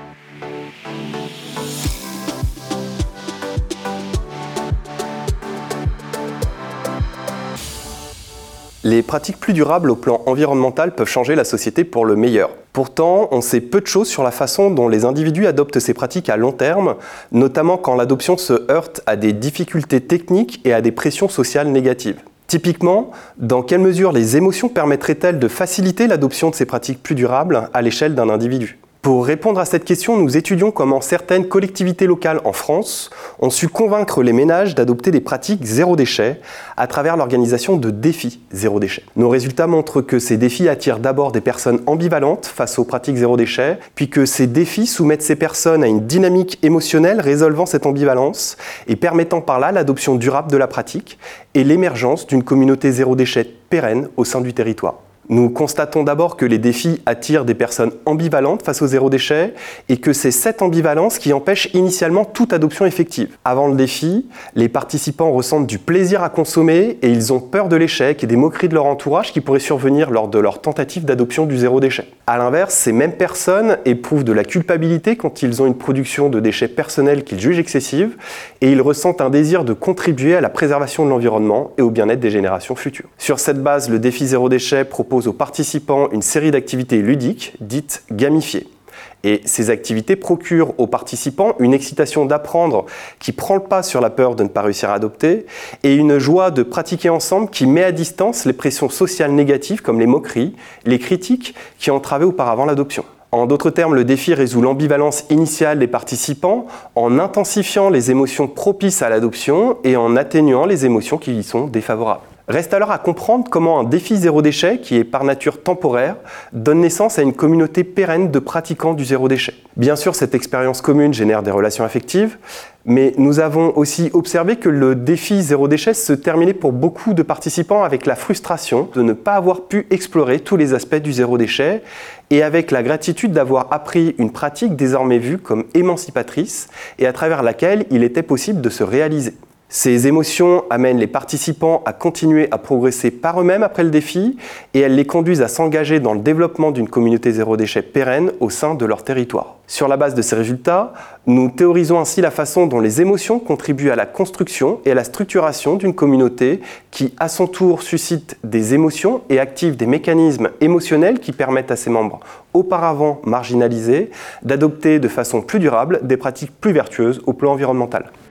Les pratiques plus durables au plan environnemental peuvent changer la société pour le meilleur. Pourtant, on sait peu de choses sur la façon dont les individus adoptent ces pratiques à long terme, notamment quand l'adoption se heurte à des difficultés techniques et à des pressions sociales négatives. Typiquement, dans quelle mesure les émotions permettraient-elles de faciliter l'adoption de ces pratiques plus durables à l'échelle d'un individu ? Pour répondre à cette question, nous étudions comment certaines collectivités locales en France ont su convaincre les ménages d'adopter des pratiques zéro déchet à travers l'organisation de défis zéro déchet. Nos résultats montrent que ces défis attirent d'abord des personnes ambivalentes face aux pratiques zéro déchet, puis que ces défis soumettent ces personnes à une dynamique émotionnelle résolvant cette ambivalence et permettant par là l'adoption durable de la pratique et l'émergence d'une communauté zéro déchet pérenne au sein du territoire. Nous constatons d'abord que les défis attirent des personnes ambivalentes face au zéro déchet et que c'est cette ambivalence qui empêche initialement toute adoption effective. Avant le défi, les participants ressentent du plaisir à consommer et ils ont peur de l'échec et des moqueries de leur entourage qui pourraient survenir lors de leur tentative d'adoption du zéro déchet. A l'inverse, ces mêmes personnes éprouvent de la culpabilité quand ils ont une production de déchets personnels qu'ils jugent excessive et ils ressentent un désir de contribuer à la préservation de l'environnement et au bien-être des générations futures. Sur cette base, le défi zéro déchet propose aux participants une série d'activités ludiques, dites gamifiées. Et ces activités procurent aux participants une excitation d'apprendre qui prend le pas sur la peur de ne pas réussir à adopter et une joie de pratiquer ensemble qui met à distance les pressions sociales négatives comme les moqueries, les critiques qui entravaient auparavant l'adoption. En d'autres termes, le défi résout l'ambivalence initiale des participants en intensifiant les émotions propices à l'adoption et en atténuant les émotions qui y sont défavorables. Reste alors à comprendre comment un défi zéro déchet, qui est par nature temporaire, donne naissance à une communauté pérenne de pratiquants du zéro déchet. Bien sûr, cette expérience commune génère des relations affectives, mais nous avons aussi observé que le défi zéro déchet se terminait pour beaucoup de participants avec la frustration de ne pas avoir pu explorer tous les aspects du zéro déchet et avec la gratitude d'avoir appris une pratique désormais vue comme émancipatrice et à travers laquelle il était possible de se réaliser. Ces émotions amènent les participants à continuer à progresser par eux-mêmes après le défi et elles les conduisent à s'engager dans le développement d'une communauté zéro déchet pérenne au sein de leur territoire. Sur la base de ces résultats, nous théorisons ainsi la façon dont les émotions contribuent à la construction et à la structuration d'une communauté qui, à son tour, suscite des émotions et active des mécanismes émotionnels qui permettent à ses membres, auparavant marginalisés, d'adopter de façon plus durable des pratiques plus vertueuses au plan environnemental.